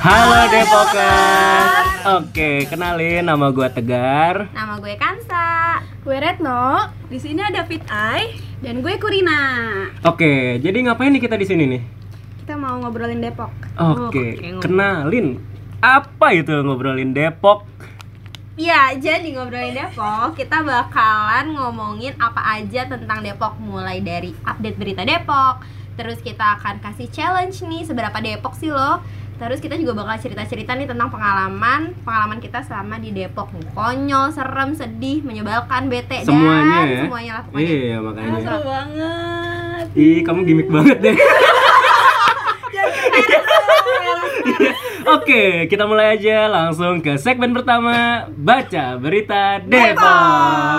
Halo Depokers. Oke, kenalin, nama gue Tegar. Nama gue Kansa. Gue Retno. Di sini ada Fit Ai dan gue Kurina. Oke, jadi ngapain nih kita di sini nih? Kita mau ngobrolin Depok. Oke, kenalin. Apa itu ngobrolin Depok? Ya, jadi ngobrolin Depok, kita bakalan ngomongin apa aja tentang Depok, mulai dari update berita Depok. Terus kita akan kasih challenge nih, seberapa Depok sih lo. Terus kita juga bakal cerita-cerita nih tentang pengalaman kita selama di Depok nih. Konyol, serem, sedih, menyebalkan, bete, Semuanya dan ya? semuanya lah pokoknya. Iya, makanya. Seru banget. Ih, kamu gimmick banget deh. Oke, kita mulai aja langsung ke segmen pertama, baca berita Depok.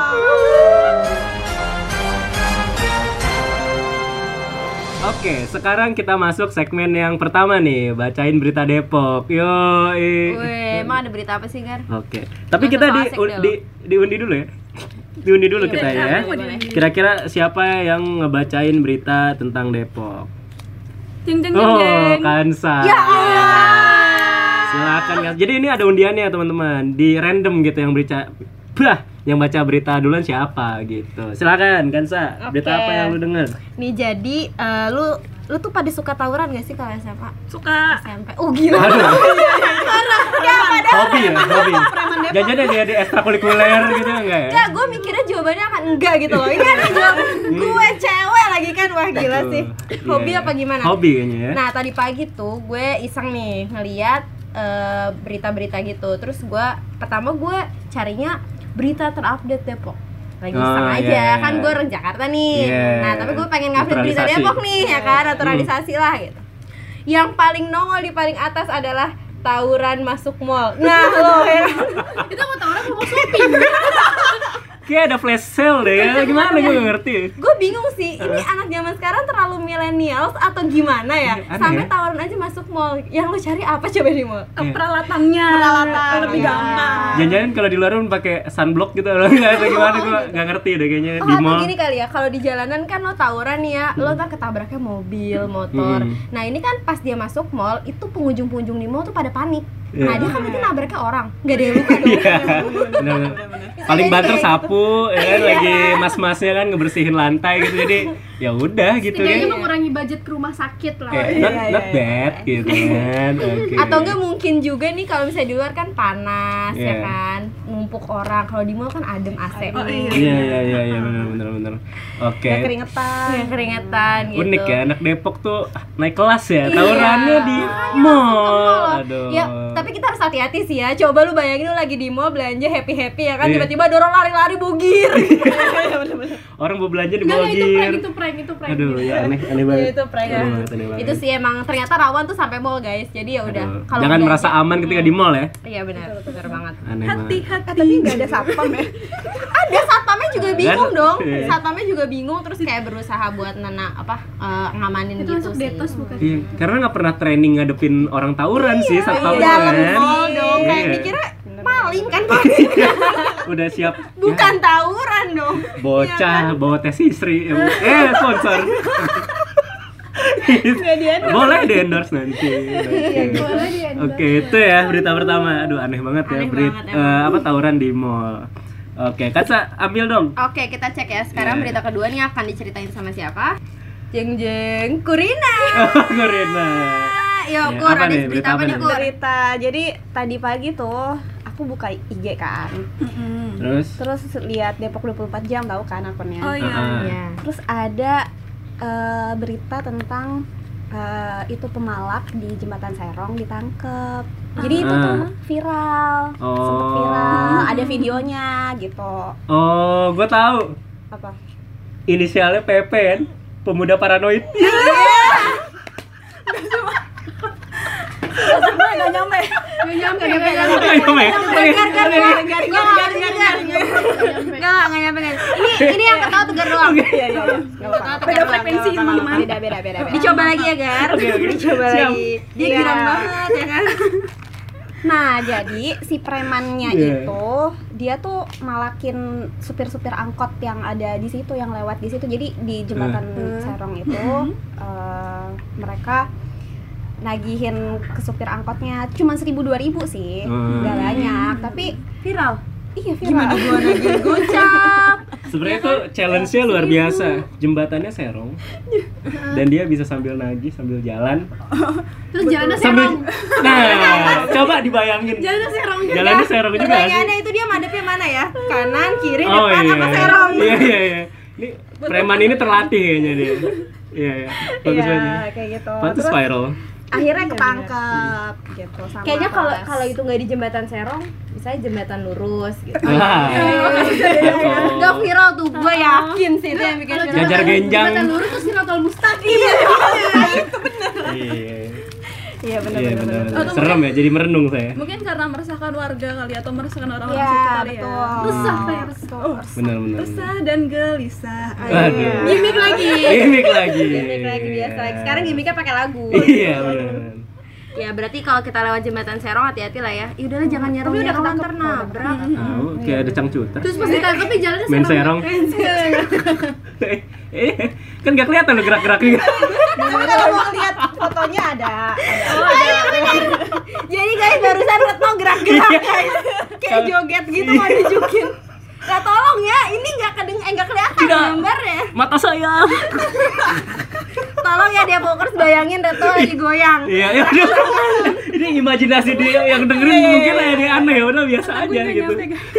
Oke, sekarang kita masuk segmen yang pertama nih, bacain berita Depok. Wih, emang ada berita apa sih, Gar? Oke, tapi Langsung kita so asik dah lo. diundi dulu ya. Diundi dulu kita ya. boleh. Kira-kira siapa yang ngebacain berita tentang Depok? Jeng jeng jeng Oh, jeng. Kansa. Ya Allah. Silakan Kak. Jadi ini ada undiannya teman-teman. Di random gitu yang baca berita duluan siapa gitu. Silakan Kansa. Berita Oke. apa yang lu denger? Nih jadi lu tuh pada suka tawuran gak sih kalau SMA? Suka. SMP. Oh gila. Aduh. Ya padahal Hobi ya, hobi. Jajannya dia di ekstrakurikuler gitu enggak ya? enggak, gue mikirnya jawabannya akan enggak gitu loh. Ini ada jawaban gue cewek lagi kan. Wah gila Aduh. sih. Hobi Iya. apa gimana? Hobi kayaknya ya. Nah tadi pagi tuh gue iseng nih ngeliat berita-berita gitu. Terus pertama gue carinya berita terupdate Depok. Lagi iseng Oh, aja, iya. kan gue orang Jakarta nih. Iya. Nah tapi gue pengen ngupdate berita Naturalisasi. Depok nih ya kan, naturalisasi lah gitu. Yang paling nongol di paling atas adalah tawuran masuk mall. Nah lo ya. Itu mau tawuran mau shopping. Kayak ada flash sale deh ya. Gimana gue gak ngerti. Gue bingung sih, ini anak zaman sekarang terlalu millennials atau gimana ya? Iya, aneh Sampai ya. tawaran aja masuk mall. Yang lo cari apa coba di mall? Iya. Peralatannya. Peralatan. lebih Iya. gampang. Jangan-jangan kalau di luar pun pakai sunblock gitu loh. Enggak tahu gimana gue enggak ngerti deh kayaknya Oh di atau mall. gini kali ya, kalau di jalanan kan lo tawuran nih ya, lo ntar ketabraknya mobil, motor. Nah ini kan pas dia masuk mall, itu pengunjung-pengunjung di mall tuh pada panik. Nah Iya. dia kan mungkin nabraknya orang, nggak ada yang luka dong. Iya. Benar. Paling banter sapu ya kan, lagi mas-masnya kan ngebersihin lantai gitu. Jadi ya udah gitu Setidaknya kan. mengurangi budget ke rumah sakit lah. Kayak not bad gitu kan. Oke. Atau enggak mungkin juga nih kalau misalnya di luar kan panas Iya. ya kan, numpuk orang. Kalau di mall kan adem AC. Oh, iya. Iya benar. Oke. Nggak keringetan. Yang keringetan gitu. Unik ya, anak Depok tuh naik kelas ya, tawurannya di mall. Aduh. Ya, tapi kita harus hati-hati sih ya. Coba lu bayangin lu lagi di mall belanja happy-happy ya kan, Iya. tiba-tiba dorong lari-lari bugir. Orang mau belanja di Enggak, bawah itu prank, gear. itu prank. Aduh, ya aneh banget. Itu prank ya. Aneh banget. Itu sih emang ternyata rawan tuh sampai mall guys. Jadi ya udah. Aduh. Kalau Jangan belanja- merasa aman ketika di mall ya. Iya benar, benar banget. Aneh banget. Hati-hati. Tapi nggak ada satpam ya? Ada, satpamnya juga bingung Ada. dong. Iya. Satpamnya juga bingung, terus kayak berusaha buat ngamanin Itu gitu masuk sih. detos bukan? Iya, karena nggak pernah training ngadepin orang tawuran sih satpam Dalam kan. mall dong, kayak Iya. mikirnya maling kan pasti. Udah siap. Bukan Ya, tawuran dong. bocah Iya kan? bawa tes istri. Sponsor. Boleh di endorse nanti. Oke. Boleh di-endorse. Oke, itu ya berita pertama. Aduh, aneh banget ya Aneh berita banget, apa tawuran di mall. Oke, Kansa ambil dong. Oke, kita cek ya. Sekarang Iya. berita kedua nih akan diceritain sama siapa? Jeng jeng Kurina. Kurina. Ya, Ya, Kur, apa ada nih? berita Berita apa apa nih, nih? Kur? Berita. Jadi tadi pagi tuh aku buka IG kan. Terus Terus lihat Depok 24 jam tahu kan akunnya. Oh iya. Iya. Terus ada berita tentang itu pemalak di Jembatan Serong ditangkep. Jadi itu tuh viral. Oh. Sempet viral, ada videonya gitu. oh, gue tahu. Apa? Inisialnya PP kan? Pemuda paranoid. Enggak nyampe. Nggak nyampe. Enggak nyampe. Ini yang ketawa Tegar doang. Iya. Beda frekuensi teman-teman. Beda. Dicoba lagi ya, Gar. Oke. Dicoba Siap. lagi. Dia Iya. girang banget ya kan. Nah, jadi si premannya Iya. itu dia tuh malakin supir-supir angkot yang ada di situ, yang lewat di situ. Jadi di jembatan Serong itu mereka nagihin ke supir angkotnya cuma 1.000-2.000 sih, nggak banyak, tapi Viral. iya viral. Gimana gua nagih gocap? Sebenarnya tuh challenge-nya luar biasa. Jembatannya serong. Dan dia bisa sambil nagih sambil jalan. Terus jalannya Sambil serong. Nah, coba dibayangin. Jalannya serong juga. Jalannya serong juga nggak sih? Pertanyaannya itu dia madepnya mana ya? Kanan, kiri, Oh depan iya. apa serong? Iya. Ini preman ini terlatih kayaknya dia. Iya. Bagus Iya, banget. kayak gitu. Pantes Terus viral. akhirnya ketangkep gitu sama Kayaknya kelas. kalau itu nggak di jembatan serong, misalnya jembatan lurus gitu. Wah. Nggak viral tuh, gue yakin sih itu yang bikin viral. Jajar genjang. Jembatan lurus tuh Siratal Mustaqim. Iya. Iya benar Iya benar. benar. Serem ya, jadi merenung saya. Mungkin karena meresahkan warga kali atau meresahkan orang-orang Iya, situ kali betul. ya. Resah Oh, kayak betul. Benar. Resah dan gelisah. Waduh. Gimik lagi. Gimik lagi. Gimik lagi biasa. Sekarang gimiknya pakai lagu. Iya benar. Ya berarti kalau kita lewat jembatan serong hati-hati lah ya. Ya udahlah jangan nyerong-nyerong ntar nabrak. Tahu kayak ada cangcuter. Terus pas ditangkepnya jalannya Main serong. Kan nggak kelihatan lo gerak-geraknya. Tapi kalau mau lihat fotonya ada. Jadi guys barusan Retno gerak-gerak guys. Kayak joget gitu mau nunjukin. Nah tolong ya, ini nggak kelihatan Tidak. gambarnya. Mata saya. Tolong ya dia pokers bayangin Retno lagi goyang. Iya. Ini imajinasi dia yang dengerin mungkin ini aneh, udah biasa aja gitu.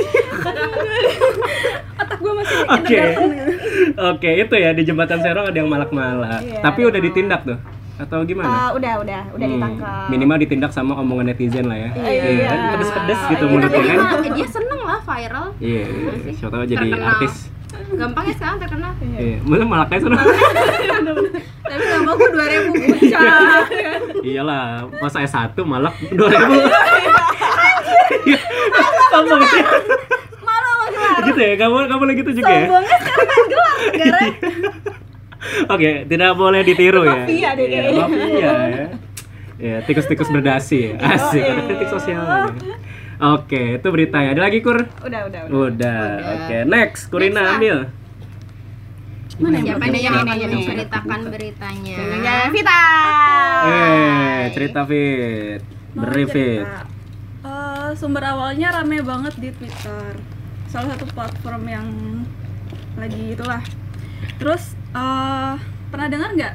Otak gue masih Oke. Oke, itu ya di jembatan serong ada yang malak-malak. Iya. Tapi udah ditindak tuh atau gimana? Udah ditangkap. Minimal ditindak sama omongan netizen lah ya. Iya. Kan pedes-pedes gitu Tapi mulutnya kan. dia seneng lah viral. Iya. Siapa tahu jadi Terkenal. artis. Gampang ya sekarang terkenal. Iya. Mungkin malaknya seneng. Tapi gak mau gue 2.000 gocap. Iyalah, pas S1 malak 2.000. Sombong ya. Malu sama gelar. Gitu ya, kamu lagi gitu juga ya? Sombongnya sekarang main gelar negara. Oke, tidak boleh ditiru ya. Mafia deh Iya, kayaknya. mafia ya. Ya, tikus-tikus berdasi ya. Asik, ada kritik sosial. Oke, itu berita ya. Ada lagi Kur? Udah. Udah. Oke, next. Kurina Next, ambil. Siapa nih yang akan ini. menceritakan beritanya? Vita. Cerita Fit. Mau Beri Fit. cerita. Sumber awalnya rame banget di Twitter. Salah satu platform yang lagi itulah. Terus pernah dengar nggak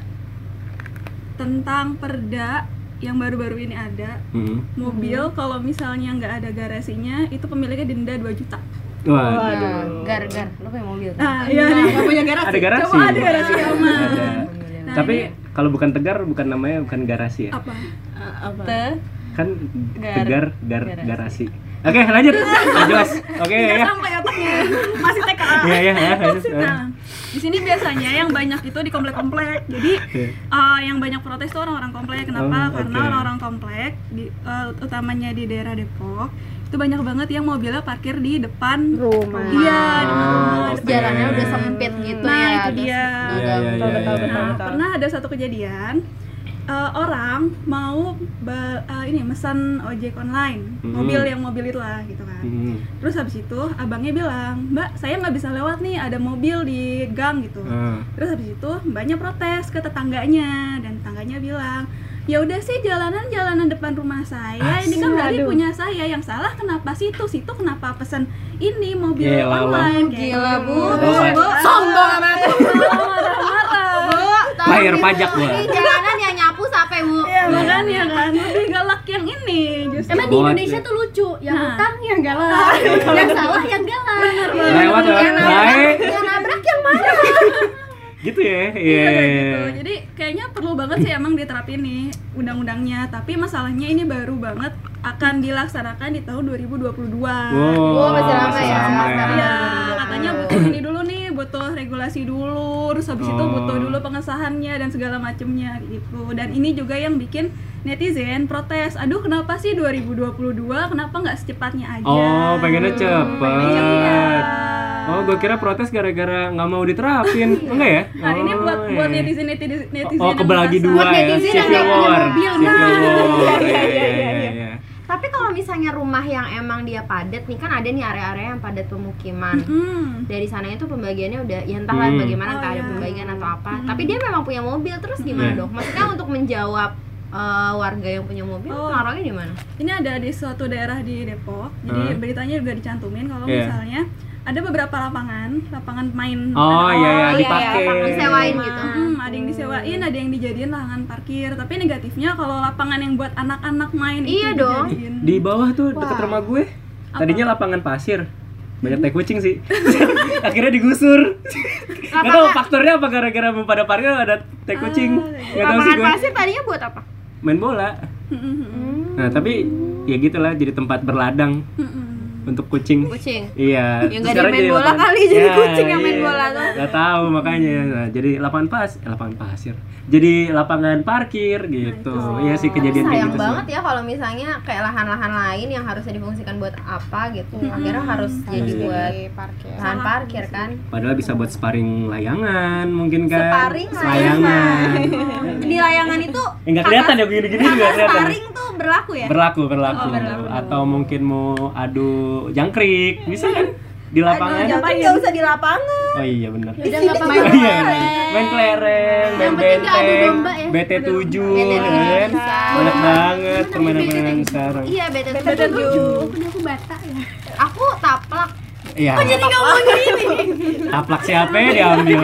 tentang perda yang baru-baru ini ada? Mobil kalau misalnya nggak ada garasinya itu pemiliknya denda 2 juta. Waduh. Gar, lo punya mobil kan? Nah, iya nih. Gak punya garasi. Ada garasi. Coba ada garasi aman. Ada. Nah, Tapi ini kalau bukan Tegar bukan namanya bukan garasi ya? apa? Kan Tegar garasi. Oke, lanjut. Nggak jelas. Oke Nggak ya. sampai otaknya. Masih TK. Iya ya. Nah, di sini biasanya yang banyak itu di komplek-komplek. Jadi yang banyak protes tuh orang-orang komplek. Kenapa? Oh, Karena oke. orang-orang komplek, utamanya di daerah Depok, itu banyak banget yang mobilnya parkir di depan Rumah. Iya, di depan rumah. Oh, Terus oke. jalannya udah sempit gitu Nah, ya. itu terus dia. Iya, gagal. iya. Nah, pernah ada satu kejadian orang mau mesan ojek online, mobil itu lah gitu kan. Terus habis itu abangnya bilang, "Mbak, saya nggak bisa lewat nih, ada mobil di gang gitu." Terus habis itu mbaknya protes ke tetangganya dan tetangganya bilang, "Ya udah sih jalanan depan rumah saya, ini kan berarti punya saya, yang salah kenapa situ kenapa pesan ini mobil Gila, online?" Gila bu, Bu. sombong amat. Marah-marah. Bayar pajak gua. Ini jalanan yang nyapu sampai bu. Ya makanya kan lebih galak yang ini justru. Emang di Buat Indonesia ya. tuh lucu, yang Nah. utang yang galak, yang salah yang galak. Lewat Yang nabrak, baik. yang nabrak yang marah. Gitu ya. Iya Iya. kayak gitu. Jadi kayaknya perlu banget sih emang diterapin nih undang-undangnya. Tapi masalahnya ini baru banget akan dilaksanakan di tahun 2022. Oh, masih lama ya. Iya, katanya butuh ini dulu nih, butuh regulasi dulu, terus habis itu butuh dulu pengesahannya dan segala macemnya gitu. Dan ini juga yang bikin netizen protes. Aduh, kenapa sih 2022? Kenapa nggak secepatnya aja? Oh, pengennya cepet. cepet. Oh, gue kira protes gara-gara nggak mau diterapin. Enggak ya? Nah, ini buat iya. netizen Oh, yang kebelagi merasa- dua ya. netizen yang Civil nggak punya war. mobil. Civil Nah. war. Iya, Iya. Tapi kalau misalnya rumah yang emang dia padat nih, kan ada nih area-area yang padat pemukiman. Dari sana itu pembagiannya udah ya entahlah bagaimana, entah ada pembagian atau apa. Tapi dia memang punya mobil, terus gimana Iya. dong? Maksudnya untuk menjawab warga yang punya mobil Oh. naruhnya di mana? Ini ada di suatu daerah di Depok. Jadi beritanya juga dicantumin kalau Iya. misalnya ada beberapa lapangan main Oh anak- iya ya iya, dipakai. iya, disewain gitu. Ada yang disewain, ada yang dijadiin lahan parkir. Tapi negatifnya kalau lapangan yang buat anak-anak main Iya itu dong. dijadiin. Di bawah tuh dekat rumah gue. Tadinya lapangan pasir. Banyak tai kucing sih. Akhirnya digusur. Gak tahu faktornya apa, gara-gara mau pada parkir ada tai kucing. Gak tahu sih Lapangan gue. pasir tadinya buat apa? Main bola. Nah, tapi ya gitulah jadi tempat berladang untuk kucing. Kucing. Iya. Ya nggak sekarang dia main jadi bola lapangan- kali, jadi Ya, kucing yang main iya. bola tuh. Nggak tahu makanya. Nah, jadi lapangan pasir. Jadi lapangan parkir gitu. Iya sih kejadian kayak Sayang gitu banget sih. ya kalau misalnya kayak lahan-lahan lain yang harusnya difungsikan buat apa gitu. Akhirnya harus jadi buat parkir. lahan parkir kan. Padahal bisa buat sparring layangan mungkin kan. Sparring layangan. Di layangan itu Enggak kelihatan ya gini-gini juga kata kelihatan. sparring tuh berlaku ya? Berlaku. Oh, berlaku. Atau mungkin mau adu jangkrik, bisa kan? Di lapangan. Aduh, tapi nggak usah di lapangan. Oh iya benar. Udah nggak apa-apa. Oh iya, main kelereng, main Yang penting nggak adu benteng, domba ya. BT7 BT7 kan. bisa. Banyak banget permainan-permainan sekarang. Iya, BT7. Punya aku bata ya. Aku taplak. Iya. Jadi ngomong gini. Taplak siapa ya diambil?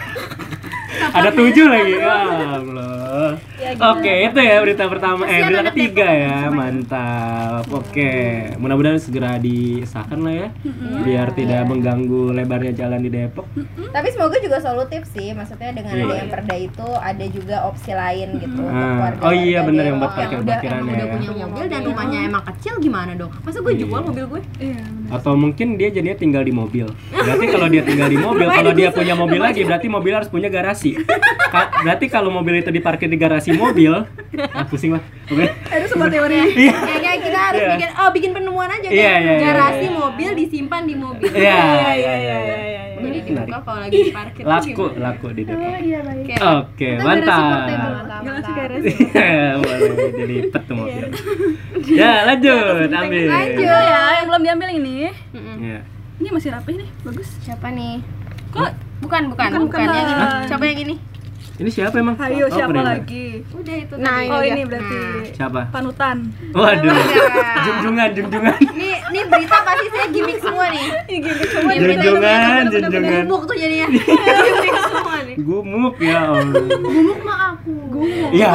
Ada 7 lagi. Ya Allah. Oke, itu ya berita pertama. Berita ketiga ya. Mantap. Oke. Mudah-mudahan segera disahkan lah ya. Biar tidak mengganggu lebarnya jalan di Depok. Tapi semoga juga solutif sih. Maksudnya dengan Iya. adanya perda itu ada juga opsi lain gitu untuk Ah. warga. Oh iya, bener, yang buat yang parkir-parkiran udah ya. punya mobil dan rumahnya emang kecil gimana dong? Masa gue jual Iya. mobil gue? Iya, benar. Atau mungkin dia jadinya tinggal di mobil. Berarti kalau dia tinggal di mobil, kalau dia punya mobil lagi, berarti mobil harus punya garasi. Berarti kalau mobil itu diparkir di garasi mobil, pusing lah. Oke. Ada sebuah teori. Kayaknya kita harus Iya. bikin penemuan aja Iya, kan. iya, iya, Garasi iya. mobil disimpan di mobil. Iya. Jadi Menarik. dibuka kalau lagi di parkir. Laku di Depok. Iya baik. Oke. Oke, mantap. Garasi garasi. Boleh dilipet tuh mobil. Ya, lanjut, ambil. Lanjut. Itu ya yang belum diambil ini. Ya. Ini masih rapi nih, bagus. Siapa nih? Kok Bukan yang Bukan. ini. Coba yang ini. Ini siapa emang? Hayo Oh, siapa Prima. lagi? Udah itu Nah, tadi. Oh Iya. ini berarti Siapa? panutan. Waduh. Iya. Junjungan. Nih berita pasti saya gimmick semua nih. Gimmick semua. Junjungan. Gumuk tuh jadinya. Gimmick semua nih. Gumuk ya Allah. Gumuk mah aku. Gumuk. Ya.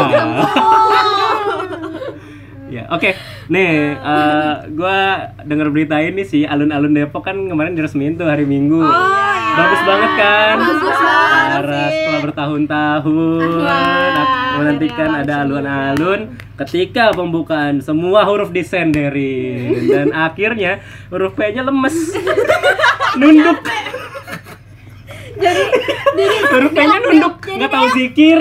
Ya, oke. Nih, gua denger berita ini sih, alun-alun Depok kan kemarin diresmiin tuh hari Minggu. iya. Bagus banget kan? Bagus banget Parah, sih. setelah bertahun-tahun menantikan ada alun-alun. Ketika pembukaan semua huruf disenderin dan akhirnya huruf P-nya lemes. Nunduk. Jadi Huruf P-nya nunduk, nggak tahu zikir.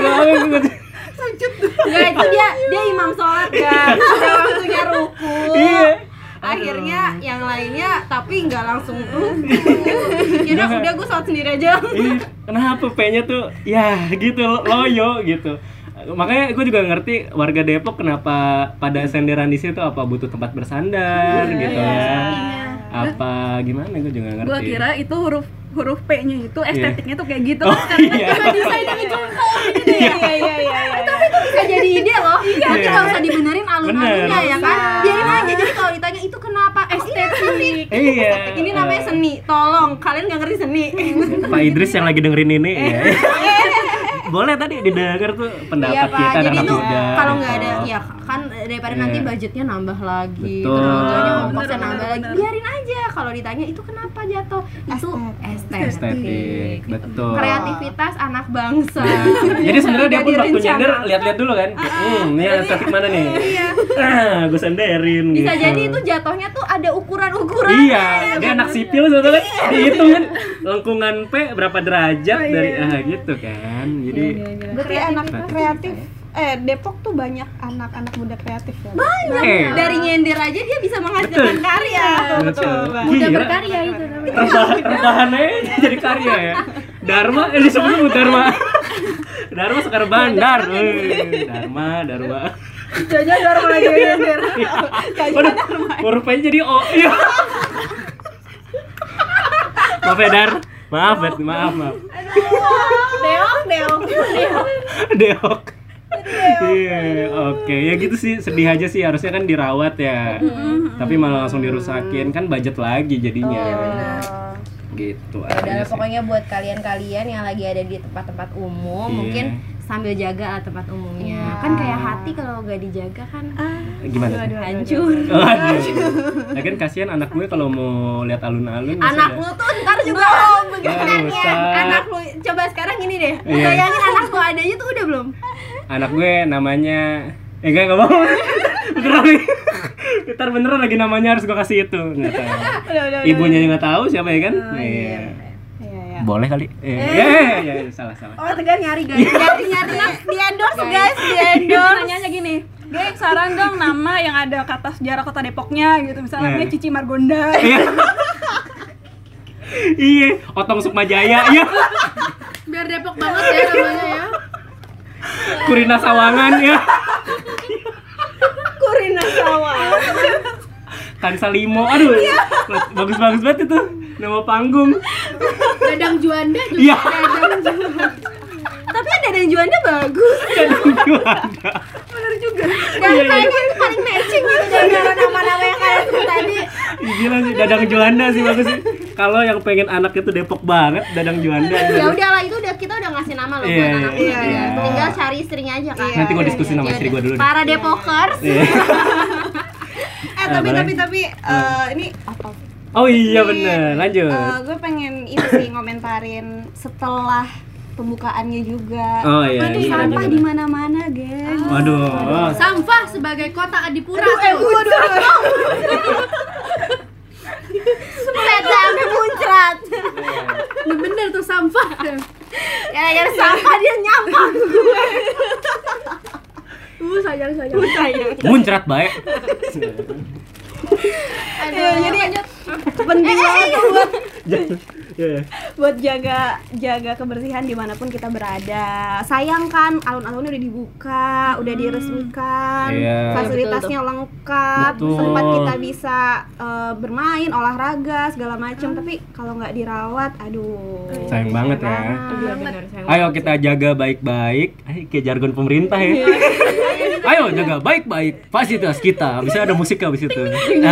enggak itu dia imam sholat kan. Udah waktunya ruku. Iya. Akhirnya yang lainnya tapi nggak langsung udah gue sholat sendiri aja. Ih, kenapa P-nya tuh ya gitu loyo gitu. Makanya gue juga ngerti warga Depok kenapa pada senderan di situ, apa butuh tempat bersandar gitu ya. Apa gimana gue juga ngerti. Gua kira itu huruf P-nya itu estetiknya tuh kayak gitu. Oh iya. Desainnya jongkok gitu ya. Iya. Tapi itu bisa jadi ide loh. Nanti Iya. nggak usah dibenerin alun-alunnya Bener. ya kan. Biarin aja, jadi kalau ditanya itu kenapa estetik. Iya. Ini namanya seni. Tolong, kalian nggak ngerti seni. Pak Idris yang lagi dengerin ini ya. Boleh tadi didengar tuh pendapat Iya Pak, kita jadi anak tuh muda. kalau nggak ada gitu. ya kan daripada Iya. nanti budgetnya nambah lagi, Betul. tenaganya ongkosnya Bener, nambah lagi, bener. biarin aja. Kalau ditanya itu kenapa jatuh, itu Estetik, betul. kreativitas anak bangsa. Jadi sebenarnya dia pun Udah waktu nyender direncanakan. lihat-lihat dulu kan. Ini estetik mana nih? Iya. Gue senderin Bisa gitu. jadi itu jatuhnya tuh ada ukuran-ukuran. Iya, dia anak sipil sebetulnya. Dihitung kan lengkungan P berapa derajat dari gitu kan. Jadi Berarti anak kreatif. Depok tuh banyak anak-anak muda kreatif ya. Dari nyender aja dia bisa menghasilkan karya. betul. Muda Gila. berkarya itu namanya. Rebahannya jadi karya ya. Dharma disebut Dharma. Dharma Sekar Bandar. Dharma. Jajan dorong lagi nyender. Waduh, huruf P-nya jadi O. Iya. Maaf ya Dar. Maaf. Deok. Deok. Iya, oke. Ya gitu sih, sedih aja sih, harusnya kan dirawat ya. Tapi malah langsung dirusakin, kan budget lagi jadinya. Iya benar. Gitu Ya udah aja sih. pokoknya buat kalian-kalian yang lagi ada di tempat-tempat umum, Iya. mungkin sambil jaga lah tempat umumnya. Kan kayak hati kalau nggak dijaga kan Gimana? tuh? hancur. Aduh. Lagian kasihan anak gue kalau mau lihat alun-alun. Anak lu tuh ntar juga beginiannya. rusak. Anak lu coba sekarang gini deh. Iya. Bayangin anak lu adanya tuh udah belum? Anak gue namanya enggak mau. Beneran nih. Ntar beneran lagi namanya harus gue kasih itu. Nggak tahu. Ibunya juga nggak tahu siapa ya kan? Iya. Boleh kali. Iya, salah. Oh, Tegar nyari guys. Nyari di endorse guys, di endorse. Nanyanya gini, Geng, saran dong nama yang ada kata sejarah kota Depoknya gitu. Misalnya namanya Cici Margonda. Iya. Iya, Otong Sukmajaya ya. Biar Depok banget ya namanya ya. Kurina Sawangan ya. Kurina Sawangan. Kansa Limo. Aduh. Bagus-bagus banget itu nama panggung. Dadang Juanda juga. Iya. Tapi Dadang Juanda bagus. Dadang Juanda. Bener juga. Dan kayaknya itu paling matching gitu gara-gara nama-nama yang kalian sebut tadi. Gila sih, Dadang Juanda sih bagus sih. Kalau yang pengen anaknya tuh Depok banget, Dadang Juanda. Ya udahlah itu udah kita udah ngasih nama loh buat Iya, anak iya. kita. Tinggal cari istrinya aja kan. Nanti gue diskusi sama istri gue dulu deh. Para Depokers. Iya. Tapi boleh. ini Oh iya bener, lanjut. gue pengen itu sih ngomentarin setelah pembukaannya juga. Oh iya, Aduh, gimana, sampah gimana? di mana-mana, geng. Waduh. Sampah sebagai kota Adipura. Sepeda sampai muncrat. Bener tuh sampah. Ya sampah dia nyampah gue. Sayang. Muncrat baik. Ya, jadi penting banget buat Iya. buat jaga kebersihan dimanapun kita berada. Sayang kan alun-alunnya udah dibuka, udah diresmikan, Iya. fasilitasnya lengkap, Betul. tempat kita bisa bermain, olahraga segala macam. Tapi kalau nggak dirawat, aduh. Sayang banget ya. Iya bener. Ayo kita jaga baik-baik. Kayak jargon pemerintah ya. Ayo jaga baik-baik fasilitas kita. Bisa ada musik habis itu.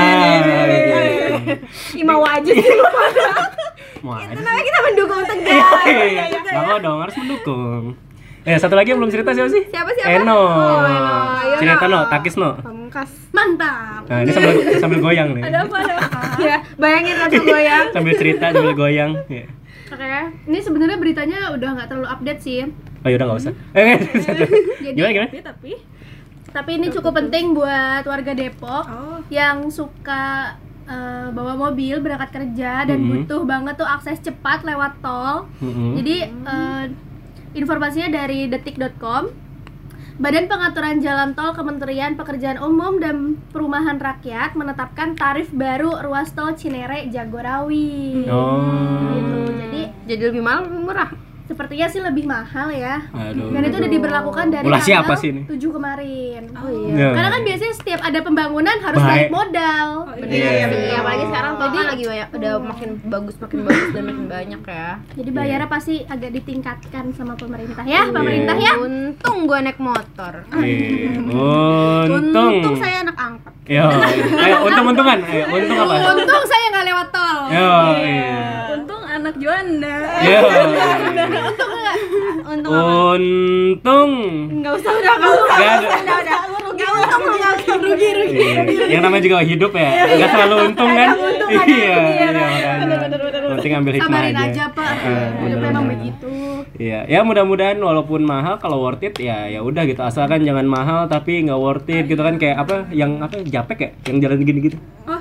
Mau aja sih. Mau aja. Kenapa kita mendukung Tegar? Iya. Nggak dong, harus mendukung. Satu lagi yang belum cerita siapa sih? Siapa? Eno. Eno. Ayo, Cerita No. Takis no. Pamungkas. Mantap. Nah, ini sambil goyang nih. Ada apa? Ya, bayangin satu goyang. Sambil cerita sambil goyang. Iya. Oke, ini sebenarnya beritanya udah nggak terlalu update sih. Oh yaudah nggak usah. Gimana? Tapi ini cukup penting buat warga Depok yang suka bawa mobil berangkat kerja dan butuh banget tuh akses cepat lewat tol. Jadi informasinya dari detik.com. Badan Pengaturan Jalan Tol Kementerian Pekerjaan Umum dan Perumahan Rakyat menetapkan tarif baru ruas tol Cinere Jagorawi. Jadi lebih mahal lebih murah. sepertinya sih lebih mahal ya. Aduh. Dan itu udah diberlakukan dari Ulah siapa tanggal sih ini? 7 kemarin. iya. Karena kan biasanya setiap ada pembangunan harus Baik. naik modal. Iya, Iya. apalagi sekarang tol kan lagi banyak, udah makin bagus dan makin banyak ya. Jadi bayarnya pasti agak ditingkatkan sama pemerintah ya, pemerintah ya. Untung gua naik motor. Iya. Untung saya anak angkot. Yo, ayo untung-untungan. Ayo, untung apa? Untung saya nggak lewat tol. Yo, iya. Untung anak Juanda. Yo. Untung apa? Untung. Enggak usah udah kamu. Nggak ada. Udah. Enggak untung lu enggak usah rugi. Iya. Yang namanya juga hidup ya. Enggak selalu untung kan? Iya, makanya. Penting ambil hikmah Sabarin aja. aja, Pak. Hidup bener, memang bener. begitu. Iya, ya mudah-mudahan walaupun mahal kalau worth it ya udah gitu. Asalkan jangan mahal tapi nggak worth it gitu kan, kayak apa yang apa Japek ya yang jalan gini-gitu.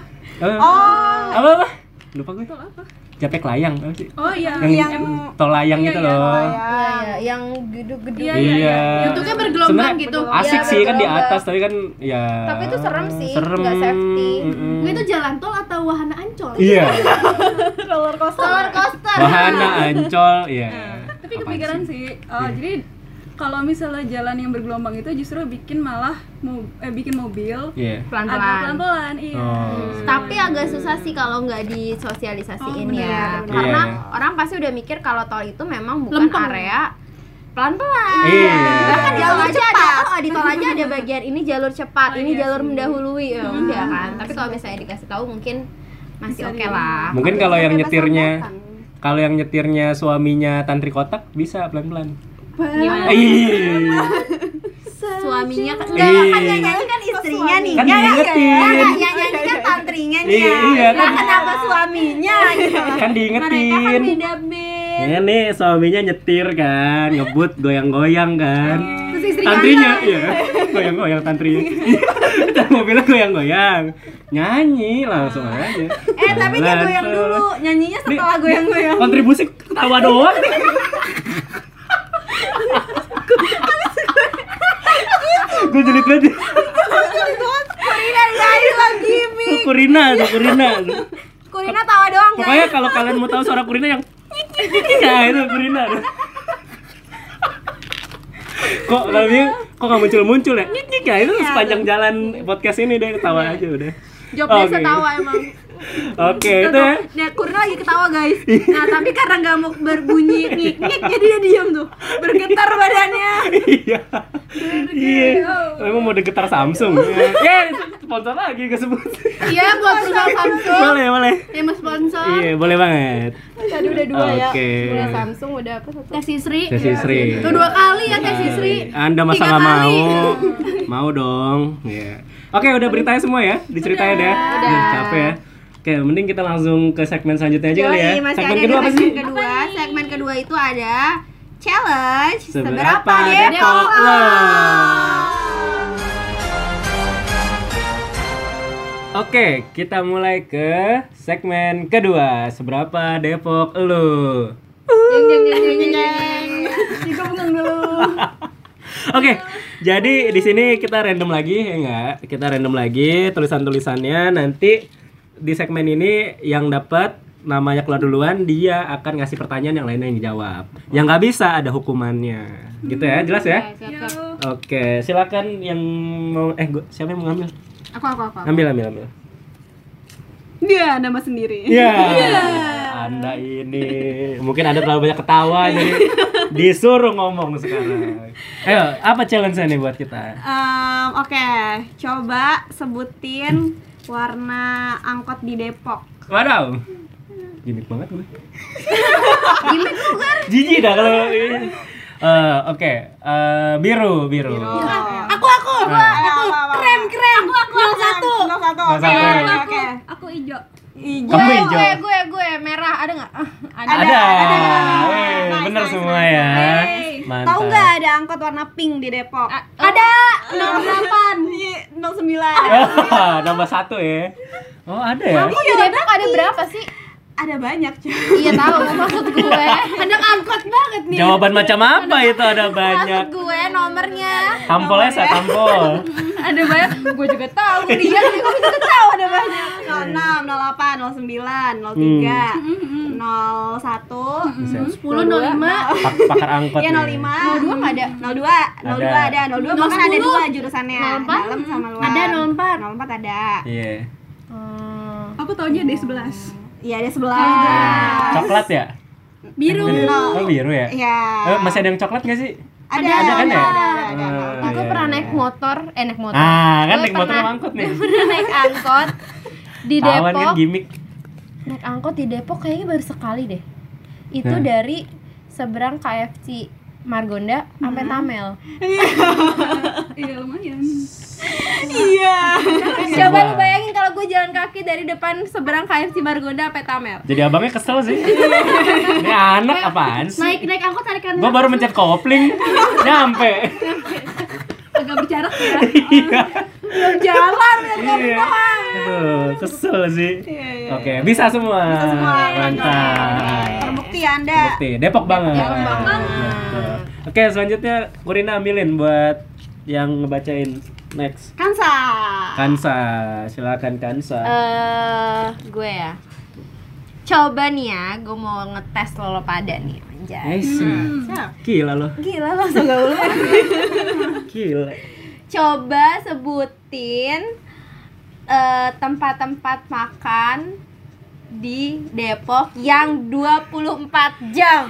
Apa? Lupa gue. Japek layang apa sih? Oh iya. Yang tol layang gitu loh. Iya, yang gede-gede. Iya. Bentuknya bergelombang Sebenarnya gitu. asik Iya, sih kan di bergelombang. atas tapi kan ya. Tapi itu serem sih, serem. nggak safety. Gue itu jalan tol atau wahana Ancol? Iya. Roller coaster. Wahana Ancol, iya. Tapi kepikiran sih, jadi kalau misalnya jalan yang bergelombang itu justru bikin malah bikin mobil Iya. agak Pelan-pelan. pelan-pelan, iya. Oh. Tapi agak susah sih kalau nggak disosialisasiin Oh, bener, ya. bener. Karena Iya. orang pasti udah mikir kalau tol itu memang bukan Lempeng. area pelan-pelan. Iya. Bahkan di tol aja di tol aja ada bagian ini jalur cepat, ini jalur mendahului ya udah kan. Tapi kalau misalnya dikasih tahu mungkin masih oke lah. Mungkin kalau yang nyetirnya suaminya tantri kotak bisa pelan-pelan. Gimana? Iya. Suaminya kan yang nyanyi kan istrinya nih. Kan diingetin. Yang nyanyi kan tantrinya nih. Iya, Nah, kan. kenapa suaminya gitu? Kan diingetin. Mereka kan beda band. Ya nih suaminya nyetir kan, ngebut goyang-goyang kan. Terus istrinya Tantrinya, iya, goyang-goyang tantrinya. Dan mobilnya goyang-goyang, nyanyi langsung aja. tapi dia goyang dulu, nyanyinya setelah goyang-goyang. Kontribusi ketawa doang. Gue jelek banget. Kurina guys lagi Kurina tawa doang guys. Pokoknya kalau kalian mau tahu suara Kurina yang ya itu Kurina. Kok nggak muncul ya? Ya itu sepanjang jalan podcast ini deh ketawa aja udah. Jawabnya Oke. ketawa emang. Oke, itu ya. Nah, Kurina lagi ketawa guys. Nah, tapi karena nggak mau berbunyi ngik-ngik, jadi dia diam tuh, bergetar badannya. Iya. Iya. Emang mau getar Samsung. Ya, sponsor lagi kesebut. Iya, buat perusahaan Samsung. Boleh. Ya, mas sponsor. Iya, boleh banget. Tadi udah 2 ya. Oke. Udah Samsung, udah apa satu? Tes Sri. Sesi Sri. Tuh 2 kali ya tes Sri. Anda masa 3 nggak mau? kali. Mau dong. Iya. Oke, udah beritanya semua ya? Diceritain ya? Udah. Capek ya? Oke, mending kita langsung ke segmen selanjutnya aja kali ya. Masih Segmen ada kedua apa sih? Segmen kedua itu ada challenge Seberapa Depok Depok lo? lo? Oke, kita mulai ke segmen kedua. Seberapa Depok lo? Oke, jadi di sini kita random lagi ya enggak? Kita random lagi tulisan-tulisannya, nanti di segmen ini yang dapat namanya keluar duluan dia akan ngasih pertanyaan yang lainnya yang dijawab. Yang nggak bisa ada hukumannya. Gitu ya, jelas ya? Oke, silakan yang mau siapa yang mau ngambil? Aku. Ambil. Dia nama sendiri. Ya. Anda ini mungkin ada terlalu banyak ketawa jadi disuruh ngomong sekarang. Ayo, apa challenge-nya nih buat kita? Oke, coba sebutin warna angkot di Depok. Waduh. Gimik banget gue. Gimik lu kan? Jijik dah kalau ini. Oke, biru. Aku. Krem. Aku 01. Oke. Aku hijau. Kamu hijau. Gue merah ada nggak? Ada. Bener semua ya. Mantap. Tahu nggak ada angkot warna pink di Depok? Ada. 08, 09. Nambah 1 ya. Oh, ada ya? Di Depok ada berapa sih? Ada banyak cuy. Iya tahu maksud gue. Anak angkot banget nih. Jawaban macam apa itu ada banyak? Maksud gue nomornya. Tampolnya saya tampol. Ada banyak. Gue juga tahu. Dia juga tahu ada banyak. 06, 08, 09, 03, 01, 10, 05. Pakar angkot. ya nih. 05, 02 nggak ada. 02 ada, 02 bahkan ada 2 jurusannya. 04? Dalam sama luar. Ada 04. 04 ada. Iya. Aku taunya D11. Iya, ada 11. Coklat ya? Biru. Oh, biru ya? Iya. Masih ada yang coklat nggak sih? Ada kan ya? Gue pernah naik motor, naik motor. Kan Gue naik motor pernah- sama angkot nih. Pernah naik angkot di Tawan kan Depok. gimmick. Naik angkot di Depok kayaknya baru sekali deh. Itu dari seberang KFC Margonda sampai Tamel. Iya, lumayan. Iya. Coba lu bayangin kalau gue jalan kaki dari depan seberang KFC Margonda sampai Tamel. Jadi abangnya kesel sih. Ini anak apaan sih? Naik angkot tarik kanan. Gua baru mencet kopling, nyampe. Agak berjarak ya. Iya. Belum jalan ya. Iya. Aduh, kesel sih. Oke, bisa semua. Mantap. Terbukti Anda. Bukti, Depok banget. Depok banget. Betul. Oke, selanjutnya Kurina ambilin buat yang ngebacain. Next. Kansa, silakan Kansa. Gue ya. Coba nih ya, gue mau ngetes lo pada nih, anjay. Gila lo. Gila langsung gak ulu. Gila. Coba sebutin tempat-tempat makan di Depok yang 24 jam?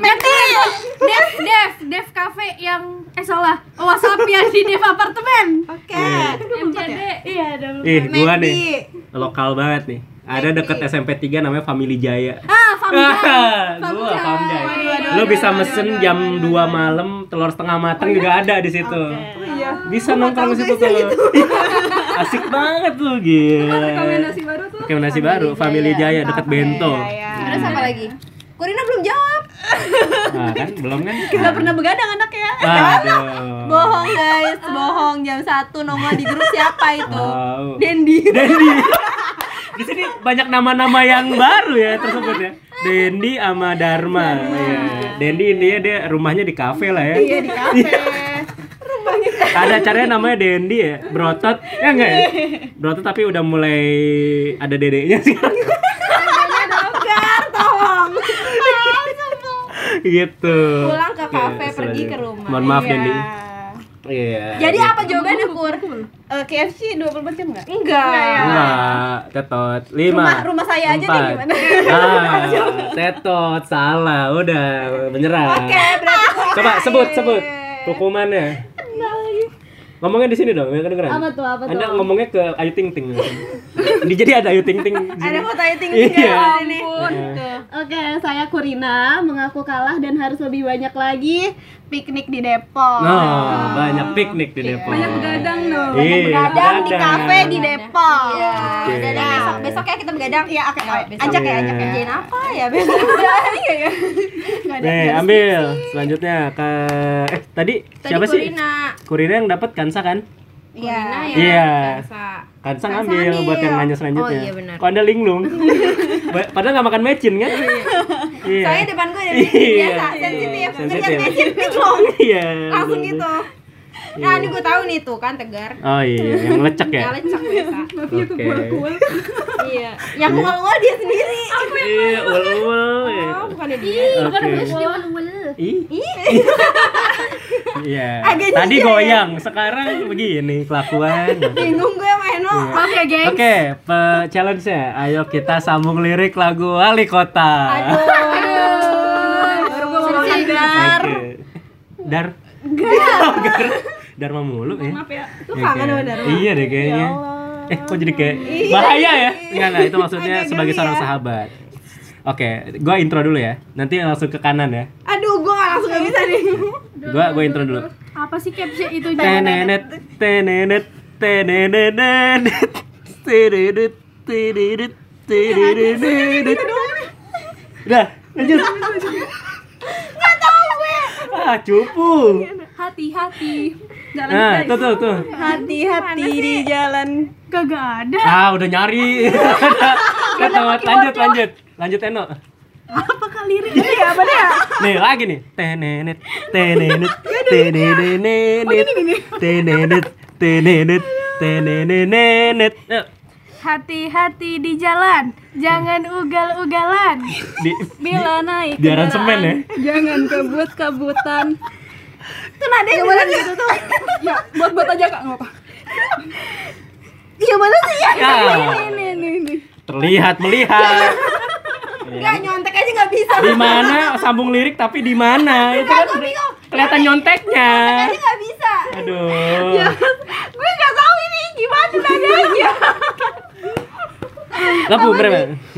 Dev Cafe yang salah. WhatsApp yang di Dev Apartemen. Oke. MCD. Iya, ada Gua McD. nih lokal banget nih. Ada deket SMP 3 namanya Family Jaya. Famjaya. Gua Famjaya. Lo bisa mesen jam 2 malam, telur setengah mateng juga ada di situ. Bisa nongkrong di situ tuh. Asik banget lu, gila. Rekomendasi baru tuh. Rekomendasi baru, Family Jaya dekat Bento. Terus apa lagi? Kurina belum jawab. Nah, kan belum kan? Nggak pernah begadang anaknya. Aduh. Bohong guys, bohong. Jam 1 nongol di grup siapa itu? Wow. Dendi. Dendi. Di sini banyak nama-nama yang baru ya tersebut ya. Dendi sama Dharma. Iya. Dendi intinya dia rumahnya di kafe lah ya. Iya di kafe. Ada acaranya namanya Dendi ya, Brotot. Ya enggak ya? Brotot tapi udah mulai ada dedeknya sekarang. Gitu. Pulang ke kafe, Oke, pergi selanjutnya. ke rumah. Mohon maaf Dendi. Iya. Jadi gitu. apa jawabannya, Pur? KFC 24 jam nggak? Enggak, Tetot. 5. Rumah saya aja deh gimana? Tetot salah. Udah menyerah. Oke, berarti Coba sebut hukumannya. Ngomongnya di sini dong, ya kedengeran. Apa tuh? Anda ngomongnya ke Ayu Ting Ting. Jadi ada Ayu Ting Ting. ada foto Ting Iya. di sini. Oke, saya Kurina mengaku kalah dan harus lebih banyak lagi piknik di Depok. Oh, banyak piknik di Depok. Banyak begadang dong. Iya, Begadang di begadang. kafe di Depok. Iya. Oke. Jadi besok ya kita begadang. Iya, oke. Besok. Ajak ya. Kerjain apa ya besok? Iya ya. Nih, ambil. Selanjutnya ke tadi siapa sih? Kurina yang dapat Kansa kan? Kurina ya. Iya. Kansa. Kansa ngambil buat yang nanya selanjutnya. Oh, iya benar. Kok Anda linglung? Padahal nggak makan mecin kan? Iya. Soalnya depan gue ada Iya. biasa sensitif. Sensitif. Pencet mecin piklong. Iya. Langsung betul. gitu. Nah, ini gue tahu nih tuh kan Tegar. Oh iya, yang lecek ya. Yang lecek biasa. Mafinya Oke. kekual-kual. Iya. Yang kual-kual dia sendiri. Iya, ul-ul. ya. Oh, bukan dia. Oke. Ih. Iya. Agak Tadi jijik ya. goyang, sekarang begini kelakuan. Bingung gue sama Eno. Maaf ya, geng. Oke, challenge-nya. Ayo kita sambung lirik lagu Wali Kota. Aduh. Baru gue mau makan Dar. Oke. Dar. Dharma mulu ya. Maaf ya. Itu kangen sama Dharma. Iya deh kayaknya. Kok jadi kayak bahaya ya? Enggak, itu maksudnya sebagai seorang sahabat. Oke, gua intro dulu ya. Nanti langsung ke kanan ya. Aduh, gue langsung gak bisa nih. Gua intro dulu. Apa sih caption itu? Tenenet tenenet tenenet tenenet tenenet tenenet. Udah, lanjut. Enggak tahu gue. Cupu. Hati-hati. Nah, tuh. Hati-hati di jalan. Kagak ada. Udah nyari. Lanjut Eno. Apa kali lirik? Apa deh ya? Nih lagi nih. Tenenet tenenet tenenet tenenet tenenet tenenet. Hati-hati di jalan, jangan ugal-ugalan. Bila naik Di aransemen ya. Jangan kabut-kabutan. Itu nadanya gimana gitu tuh? Ya, buat aja Kak, enggak apa. Iya mana sih ya? Ini. Terlihat melihat. Enggak, nyontek aja gak bisa. Di mana sambung lirik tapi di mana? Itu kan kelihatan nyonteknya. Aja gak bisa. Aduh. Gue gak tahu ini gimana nadanya. Lapu berapa?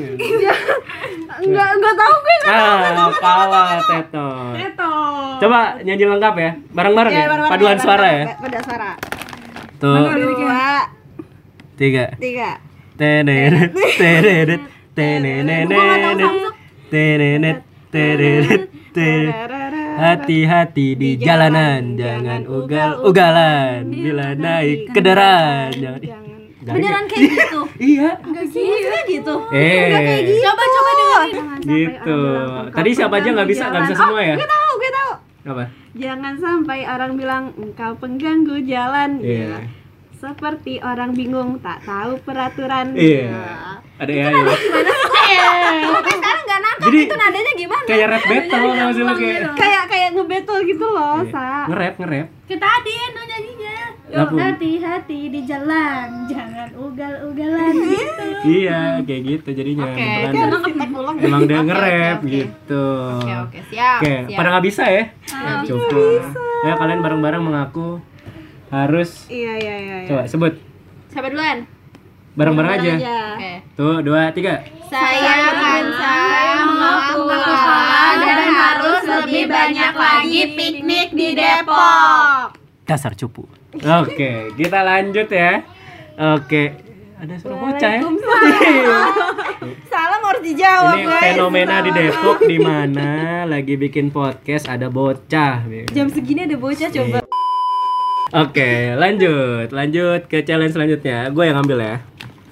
Enggak tahu gue. Kalah Teto. Coba nyanyi lengkap ya. Bareng-bareng ya. Paduan suara ya. Pada suara. Tuh. 2, 3. 3. Tenenet tenenet tenenet tenenet tenenet. Hati-hati di jalanan, jangan ugal-ugalan. Bila naik kendaraan, jangan. Beneran kayak gitu? Iya. Enggak gitu. Coba dengerin. Gitu. Tadi siapa aja nggak bisa semua ya? Gue tahu. Apa? Jangan sampai orang bilang engkau pengganggu jalan. Iya. Seperti orang bingung tak tahu peraturan. Iya. Ada ya. Sampai sekarang gak nangkep Jadi, itu nadanya gimana? Kayak rap battle nggak sih lo kayak? Kayak nge-battle gitu loh, Sa. Nge-rap. Kita tadi Eno nyanyinya. Lampu. Hati-hati di jalan, jangan ugal-ugalan gitu. Iya, kayak gitu jadinya. Oke, Beneran itu emang ngetek ulang. emang dia Oke, nge-rap oke. gitu. Oke, siap. Oke, siap. pada nggak bisa ya? Coba. Ya kalian bareng-bareng mengaku harus Iya. coba sebut Siapa duluan? bareng-bareng aja. Oke. Tuh, 2, 3. Saya mengaku kalah dan harus lebih banyak lagi piknik di Depok. Dasar cupu. Oke, kita lanjut ya. Oke. Ada suara bocah ya? Salam harus dijawab, Ini fenomena di Depok di mana lagi bikin podcast ada bocah. Jam segini ada bocah coba. Oke, lanjut ke challenge selanjutnya. Gue yang ambil ya.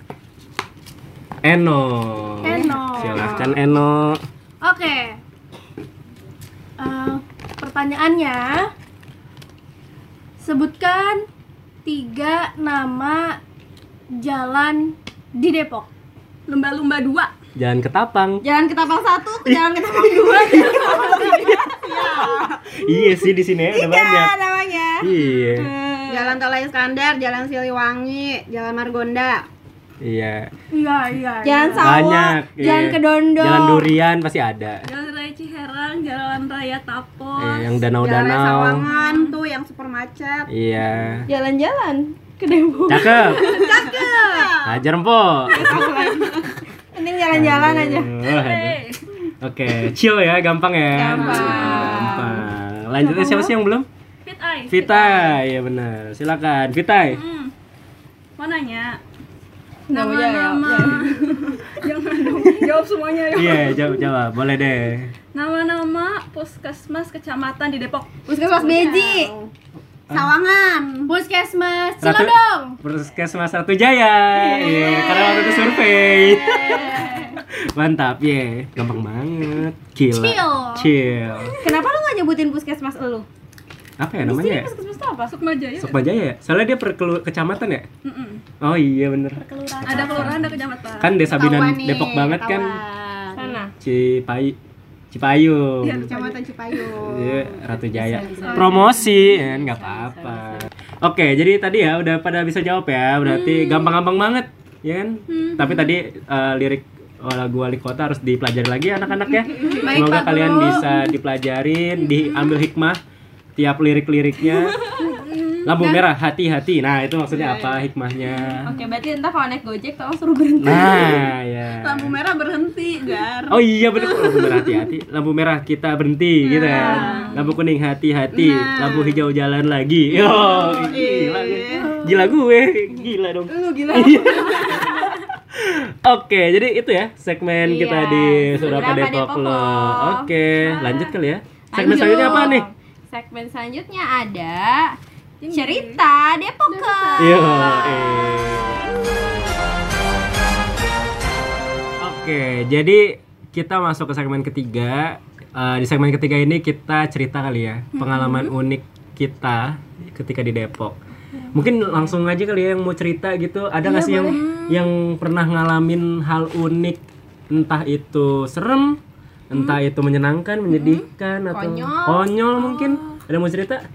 Eno. Silahkan Eno. Oke. Pertanyaannya, sebutkan 3 nama jalan di Depok. Lumba-lumba 2. Jalan Ketapang. Jalan Ketapang 1, Jalan Ketapang 2. Iya sih di sini ada banyak. Namanya. Iya. Jalan Tol Iskandar, Jalan Siliwangi, Jalan Margonda. Iya. Iya. Jalan Sawah, Banyak. Jalan Iya. Kedondong. Jalan Durian pasti ada. Jalan Raya Ciherang, Jalan Raya Tapos. Yang Jalan danau-danau. Sawangan tuh yang super macet. Iya. Jalan-jalan ke Depok. Cakep. Hajar empok. Penting jalan-jalan aja. Oke, chill ya, gampang ya. Gampang. Lanjutnya siapa sih yang belum? Fit Eye. Vitai, ya benar. Silakan, Vitai. Mau nanya? Nggak mau jawab. Nama-nama. Jangan dong, jawab semuanya ya. Iya, jawab. Boleh deh. Nama-nama puskesmas kecamatan di Depok. Puskesmas Beji. Sawangan. Puskesmas Ratu- Cilodong. Puskesmas Ratu Jaya. Iya, karena waktu itu survei. Mantap, ya. Gampang banget. Gila. Chill. Kenapa lu nggak nyebutin puskesmas lu? Apa ya namanya ya? Puskesmas itu apa? Sukmajaya. Sukmajaya ya? Soalnya dia per kecamatan ya? Oh iya bener. Ada kelurahan, ada kecamatan. Kan Desa Binan Ketahuan nih, Depok banget kan. Sana. Cipayung. Kecamatan Cipayung. Iya, Ratu Jaya. Promosi ya, nggak apa-apa. Oke, jadi tadi ya udah pada bisa jawab ya. Berarti gampang-gampang banget, ya kan? Tapi tadi lirik lagu Wali Kota harus dipelajari lagi anak-anak ya. Semoga kalian bisa dipelajarin, diambil hikmah tiap lirik-liriknya. Lampu merah, hati-hati. Nah, itu maksudnya apa hikmahnya? Oke, berarti entah kalau naik Gojek tolong suruh berhenti. Nah, ya. Lampu merah berhenti, Gar. Oh iya bener, lampu merah hati-hati. Lampu merah kita berhenti gitu ya. Lampu kuning hati-hati. Lampu hijau jalan lagi. Yo, gila. Gila gue. Gila dong. Lu gila. Oke, jadi itu ya segmen kita di Surapa Surapa Depok Depok lo. lo. Oke, lanjut kali ya. Segmen Lanjut. selanjutnya apa nih? Segmen selanjutnya ada cerita Depoker. Yo, Oke, jadi kita masuk ke segmen ketiga. Di segmen ketiga ini kita cerita kali ya pengalaman unik kita ketika di Depok. Mungkin langsung aja kali ya yang mau cerita gitu. Ada nggak sih yang pernah ngalamin hal unik, entah itu serem, entah itu menyenangkan, menyedihkan atau konyol mungkin. Ada yang mau cerita?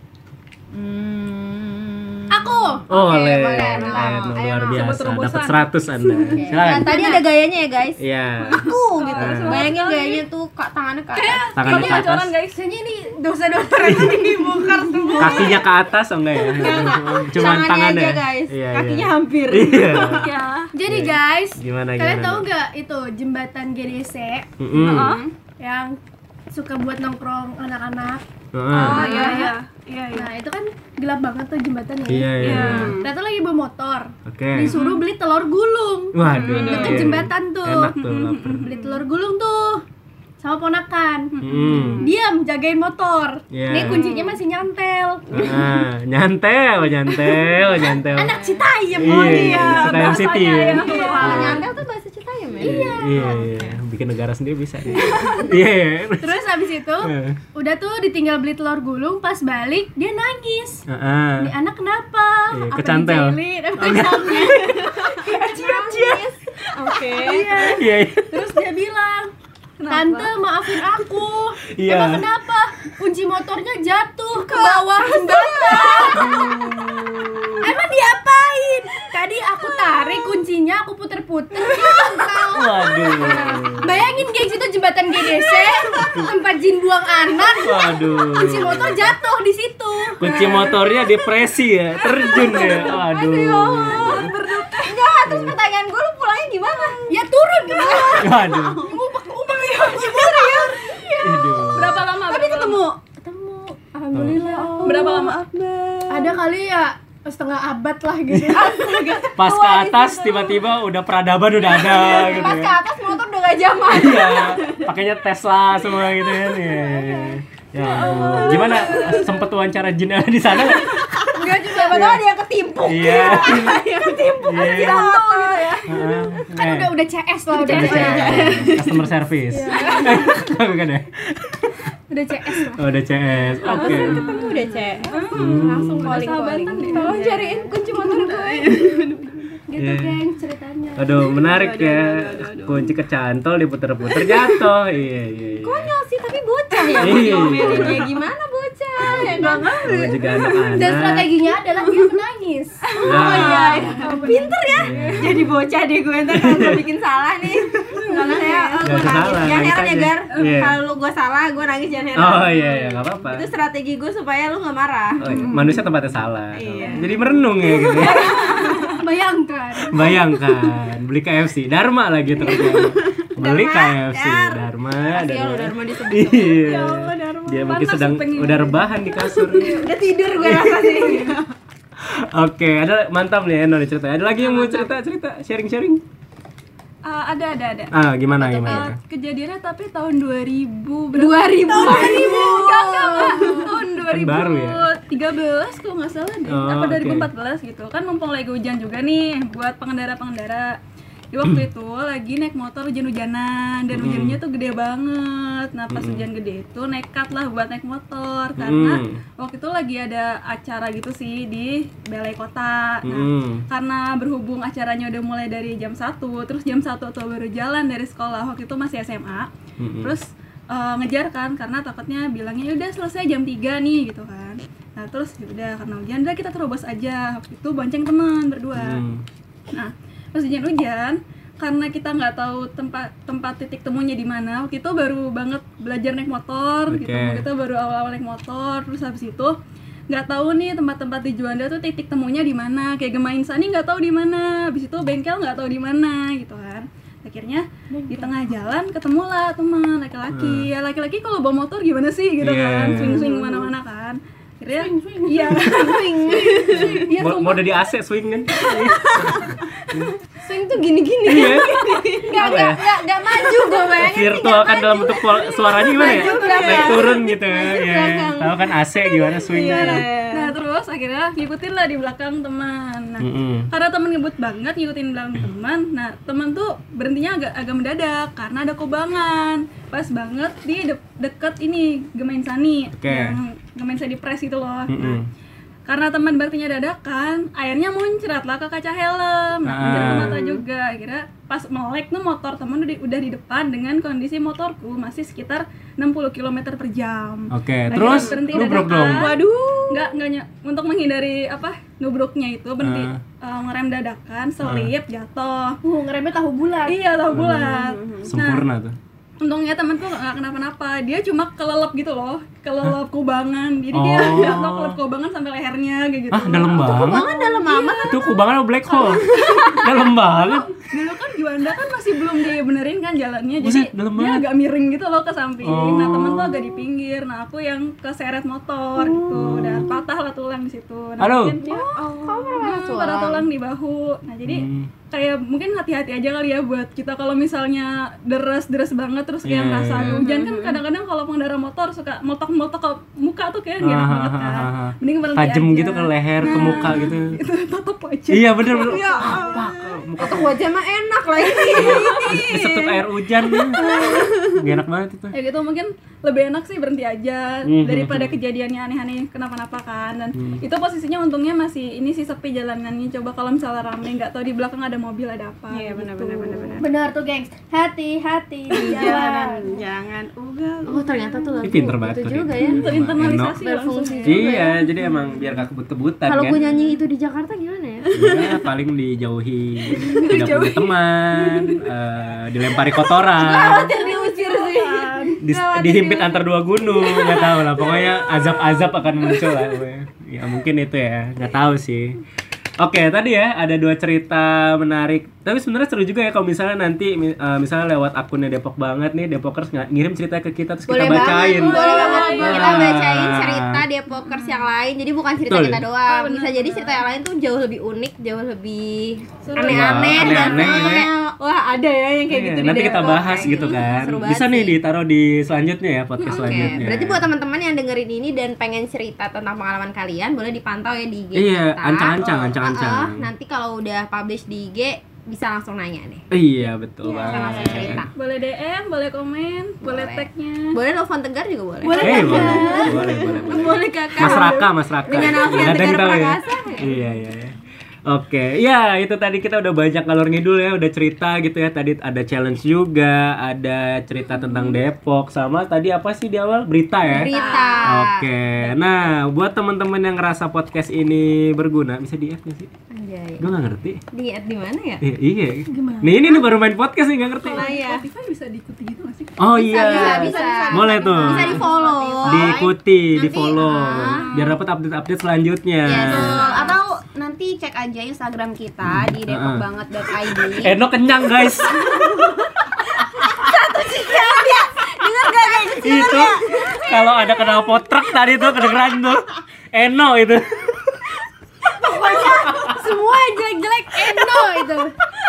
Aku. Oh, boleh. luar Ayo, biasa. sebut Dapat terobosan. 100 Anda. Silakan. Nah, tadi ada gayanya ya guys. Iya. Aku gitu. Bayangin gayanya tuh tangannya ke atas. Tangannya ke atas. guys. Kayaknya ini dosa-dosa yang dibongkar semua. Kakinya ke atas oh enggak ya? Cuman Tangannya tangannya. aja, guys. Iya, Kakinya iya. hampir. Iya. Jadi guys, Gimana kalian gimana? tahu nggak itu jembatan GDC Mm-mm. yang suka buat nongkrong anak-anak? Heeh. Iya. Nah itu kan gelap banget tuh jembatannya. Iya, iya. Ternyata lagi bawa motor. Oke. Disuruh beli telur gulung. Waduh. Deket iya. jembatan tuh. Enak tuh lapar. Beli telur gulung tuh sama ponakan. Diam jagain motor. Iya. Ini kuncinya masih nyantel. Nyantel. Anak Citayam. Iya, Citayam City. Nyantel tuh bahasa Citayam ya? Iya. Bikin negara sendiri bisa. Iya. Terus habis itu udah tuh ditinggal beli telur gulung, pas balik dia nangis. Ini anak kenapa? Iya, Apa kecantel. dijahilin? Apa kecantel? Oke. Iya. Terus dia bilang, Tante maafin aku. Iya. Emang kenapa? Kunci motornya jatuh ke bawah jembatan. Emang diapain? Tadi aku tarik kuncinya, aku puter-puter dia jengkal. Waduh. Bayangin guys, itu jembatan GDC, tempat jin buang anak. Waduh. Kunci motor jatuh di situ. Kunci motornya depresi ya, terjun ya. Aduh. Enggak, terus pertanyaan gue, lu pulangnya gimana? Ya turun ke bawah. Waduh. Ubah ya. Aduh. Berapa lama? Tapi ketemu. Ketemu. Alhamdulillah. Berapa lama? Ada kali ya setengah abad lah gitu. Pas ke atas tiba-tiba udah peradaban udah ada gitu Pas ke ya. atas motor udah gak zaman. Iya, pakainya Tesla semua gitu kan. Iya. Ya, ampun. Gimana sempet wawancara jin ada di sana? Enggak juga, siapa tahu ada yang ketipu. Iya. Ketipu kan Iya. jatuh gitu ya. Kan udah CS lah, udah Udah CS. customer service. Bukan ya? Udah CS lah. Oh, udah CS. Oke. Ketemu udah, Cek. Langsung calling. Tolong cariin kunci motor gue. Gitu Iya. geng ceritanya. Aduh, menarik ya. Kunci kecantol diputer-puter jatuh. Iya. Konyol sih, tapi bocah ya. Iya. Diomelinnya gimana bocah? Ya kan? Namanya juga anak-anak. Dan strateginya adalah dia menangis. Nah, Pinter ya. Jadi bocah deh gue ntar kalau gue bikin salah nih. Kalau saya Nggak gue usah nangis. salah, Jangan nangis heran ya, aja. Gar. Iya. Kalau lu gue salah, gue nangis jangan heran. oh iya, nggak apa-apa. Itu strategi gue supaya lu gak marah. Oh, iya. Manusia tempatnya salah. Iya. Jadi merenung ya gitu. Bayangkan. Bayangkan beli KFC, Dharma lagi terjadi. Beli Dharma, KFC, Dar. Dharma. Kasihan lu Dharma disebut. Iya. Dharma. Dia mungkin Panas sedang kupingnya. udah rebahan di kasur. Udah tidur gue rasa sih. Oke, ada mantap nih Eno nih cerita. Ada lagi yang mau cerita, sharing. Ada. Gimana gimana? Kejadiannya tapi tahun 2000 2000. tahun baru ya? 2013 kalau nggak salah deh, Oh, apa oke. 2014 gitu kan, mumpung lagi hujan juga nih buat pengendara di waktu itu lagi naik motor hujan-hujanan dan hujannya tuh gede banget. Nah pas hujan gede itu nekat lah buat naik motor karena waktu itu lagi ada acara gitu sih di balai kota. Nah karena berhubung acaranya udah mulai dari jam 1, terus jam 1 tuh baru jalan dari sekolah, waktu itu masih SMA. Terus ngejar kan karena takutnya bilangnya udah selesai jam 3 nih gitu kan. Nah terus udah karena hujan udah kita terobos aja, waktu itu bonceng teman berdua. Nah pas hujan-hujan karena kita nggak tahu tempat titik temunya di mana, waktu itu baru banget belajar naik motor gitu, kita baru awal-awal naik motor. Terus habis itu nggak tahu nih tempat-tempat di Juanda tuh titik temunya di mana, kayak Gema Insani nggak tahu di mana, habis itu bengkel nggak tahu di mana gitu kan. Akhirnya di tengah jalan ketemulah teman laki-laki. Ya laki-laki kalau bawa motor gimana sih gitu kan, swing-swing mana-mana kan. Akhirnya iya swing. Iya, Mau udah di AC swing kan? Swing tuh gini-gini. Iya. Enggak maju gue bayangin. Virtual kan dalam bentuk suaranya gimana ya? Maju belakang. Naik turun gitu ya. belakang. Tahu kan AC gimana swing? Nah terus akhirnya ngikutin lah di belakang teman. Nah karena teman ngebut banget ngikutin belakang teman. Nah teman tuh berhentinya agak mendadak karena ada kobangan. Pas banget di deket ini Gema Insani, yang Gema Insani Press itu loh. Nah, karena teman berhentinya dadakan, airnya muncrat lah ke kaca helm. Nah muncrat ke mata juga. Akhirnya pas melek tuh motor teman udah di depan dengan kondisi motorku masih sekitar 60 km per jam. Oke, Akhirnya terus berhenti nubruk dadakan. dong. Waduh. Nggak untuk menghindari nubruknya itu berhenti ngerem dadakan, selip, jatuh. Ngeremnya tahu bulat. Iya, tahu bulat. Sempurna tuh. Untungnya temen tuh nggak kenapa-napa, dia cuma kelelep gitu loh, kelelep kubangan. Jadi dia jatuh kelelep kubangan sampai lehernya kayak gitu. Dalam banget. Kubangan dalam amat. Itu kubangan apa black hole? Dalam banget. Dulu kan Juanda kan masih belum dibenerin kan jalannya, jadi Buset, dalam dia banget. agak miring gitu loh ke samping. Nah temen tuh agak di pinggir, nah aku yang keseret motor gitu, dan patah lah tulang di situ. Nah, Aduh. mungkin dia patah tulang di bahu. Nah jadi kayak mungkin hati-hati aja kali ya buat kita kalau misalnya deres banget terus kayak ngerasa ada hujan kan, kadang-kadang kalau pengendara motor suka motok-motok ke muka tuh kayak enak banget kan. Mending berhenti Tajam aja. gitu ke leher, ke muka gitu. Itu tutup aja. Iya bener. Kotak wajah mah enak lagi. Disetuk air hujan. Gak enak banget itu. Ya gitu, mungkin lebih enak sih berhenti aja daripada kejadiannya aneh-aneh kenapa-napa kan. Dan itu posisinya untungnya masih ini sih sepi jalanannya. Coba kalau misalnya rame nggak tahu di belakang ada mobil ada apa. Iya, benar. Benar tuh, gengs. Hati-hati di jalan. Jangan ugal. Oh, ternyata tuh lagu Pinter banget itu tuh juga dia. ya. Terinternalisasi langsung. Berfungsi juga Iya, ya. jadi emang biar gak kebut-kebutan Kalau kan. gue nyanyi itu di Jakarta gimana ya? Ya, paling dijauhi, tidak punya teman, dilempari kotoran, Diusir sih. dihimpit antar dua gunung, nggak tahu lah. Pokoknya azab-azab akan muncul lah. Ya mungkin itu ya, nggak tahu sih. Oke, tadi ya ada 2 cerita menarik. Tapi sebenarnya seru juga ya kalau misalnya nanti misalnya lewat akunnya Depok banget nih, Depokers ngirim cerita ke kita terus Boleh kita bacain. boleh banget. Kita Ah. bacain cerita Depokers yang lain. Jadi bukan cerita Betul. kita doang. Bisa jadi cerita yang lain tuh jauh lebih unik, jauh lebih aneh-aneh Wah, dan aneh-aneh. kayak wah ada ya yang kayak Iya, gitu di nanti kita Depok, bahas kayak gitu kan. Seru banget Bisa nih sih. ditaruh di selanjutnya ya, podcast Oke, selanjutnya. berarti buat teman-teman yang dengerin ini dan pengen cerita tentang pengalaman kalian, boleh dipantau ya di IG Iya, kita. ancang-ancang. Nanti kalau udah publish di IG bisa langsung nanya deh. Iya, betul Bisa langsung banget. cerita. Boleh DM, boleh komen, boleh tag-nya. Boleh telepon Tegar juga boleh. Boleh. Boleh kakak. Mas Raka. Dengan Alfian Nggak ada yang Tegar tahu ya. Prakasa. Iya. Oke, ya itu tadi kita udah banyak ngalor ngidul ya, udah cerita gitu ya. Tadi ada challenge juga, ada cerita tentang Depok, sama tadi apa sih di awal? Berita ya? Berita. Oke, nah buat teman-teman yang ngerasa podcast ini berguna, bisa di-add nggak sih? Anjay. Gue nggak ngerti. Di mana ya? Iya. Nih ini baru main podcast nih, nggak ngerti. Oh iya. Spotify bisa diikuti gitu nggak sih? Oh iya. Bisa. Boleh tuh. Bisa di-follow. Diikuti, Nanti, di-follow, biar dapat update-update selanjutnya. Yes. Atau nanti cek aja Instagram kita di depokbanget.id. Eno kenyang guys. Itu kalau ada kenal potrak tadi tuh kedengeran tuh. Eno itu. Semua jelek-jelek Eno itu.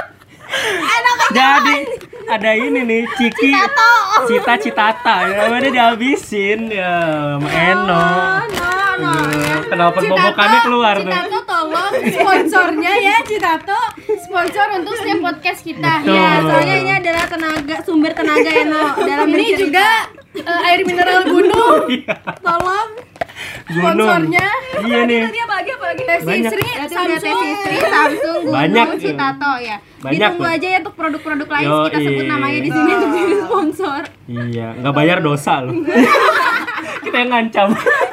Jadi ada ini nih Ciki Cita-Citata ya, namanya dihabisin ya sama Eno. Kenapa bobokannya keluar tuh? Citato tolong sponsornya ya, Citato sponsor untuk setiap podcast kita. Betul. Ya, soalnya ini adalah sumber tenaga Eno dalam Ini bercerita. juga air mineral gunung. Iya. Tolong Gunung. sponsornya. Iya nih. Tadi apa lagi? Tesi Banyak. Sri, Berarti udah Samsung. Tesi Sri, Samsung, Banyak. Gunung, Citato ya. Banyak Ditunggu tuh. aja ya untuk produk-produk lain Yoi. kita sebut namanya di sini untuk jadi sponsor. Iya, nggak bayar dosa loh. Kita yang ngancam.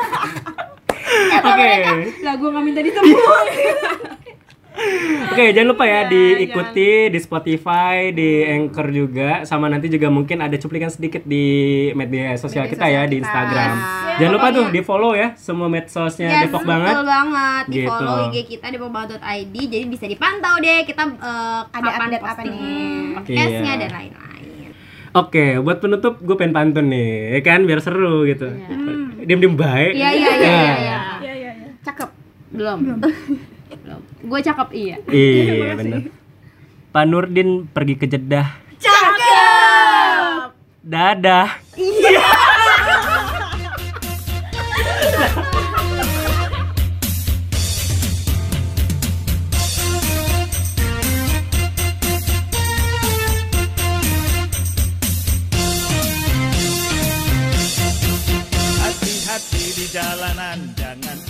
Oke. Lah gua nggak minta disebut. Oke, jangan lupa ya diikuti di Spotify, di Anchor juga, sama nanti juga mungkin ada cuplikan sedikit di media sosial kita ya, di Instagram. Jangan lupa tuh di-follow ya semua medsosnya Yes, Depok banget. betul banget. Di Gitu. follow IG kita depokbanget.id, jadi bisa dipantau deh kita Ada kapan update apa posting nih. podcastnya Iya. dan lain-lain. Oke, buat penutup gue pengen pantun nih, ya kan biar seru gitu. Diem-diem baik. Iya. Iya. Cakep. Belum. Gue cakep iya. Iya, bener. Pak Nurdin pergi ke Jeddah. Cakep. Dadah. Hati-hati di jalanan, jangan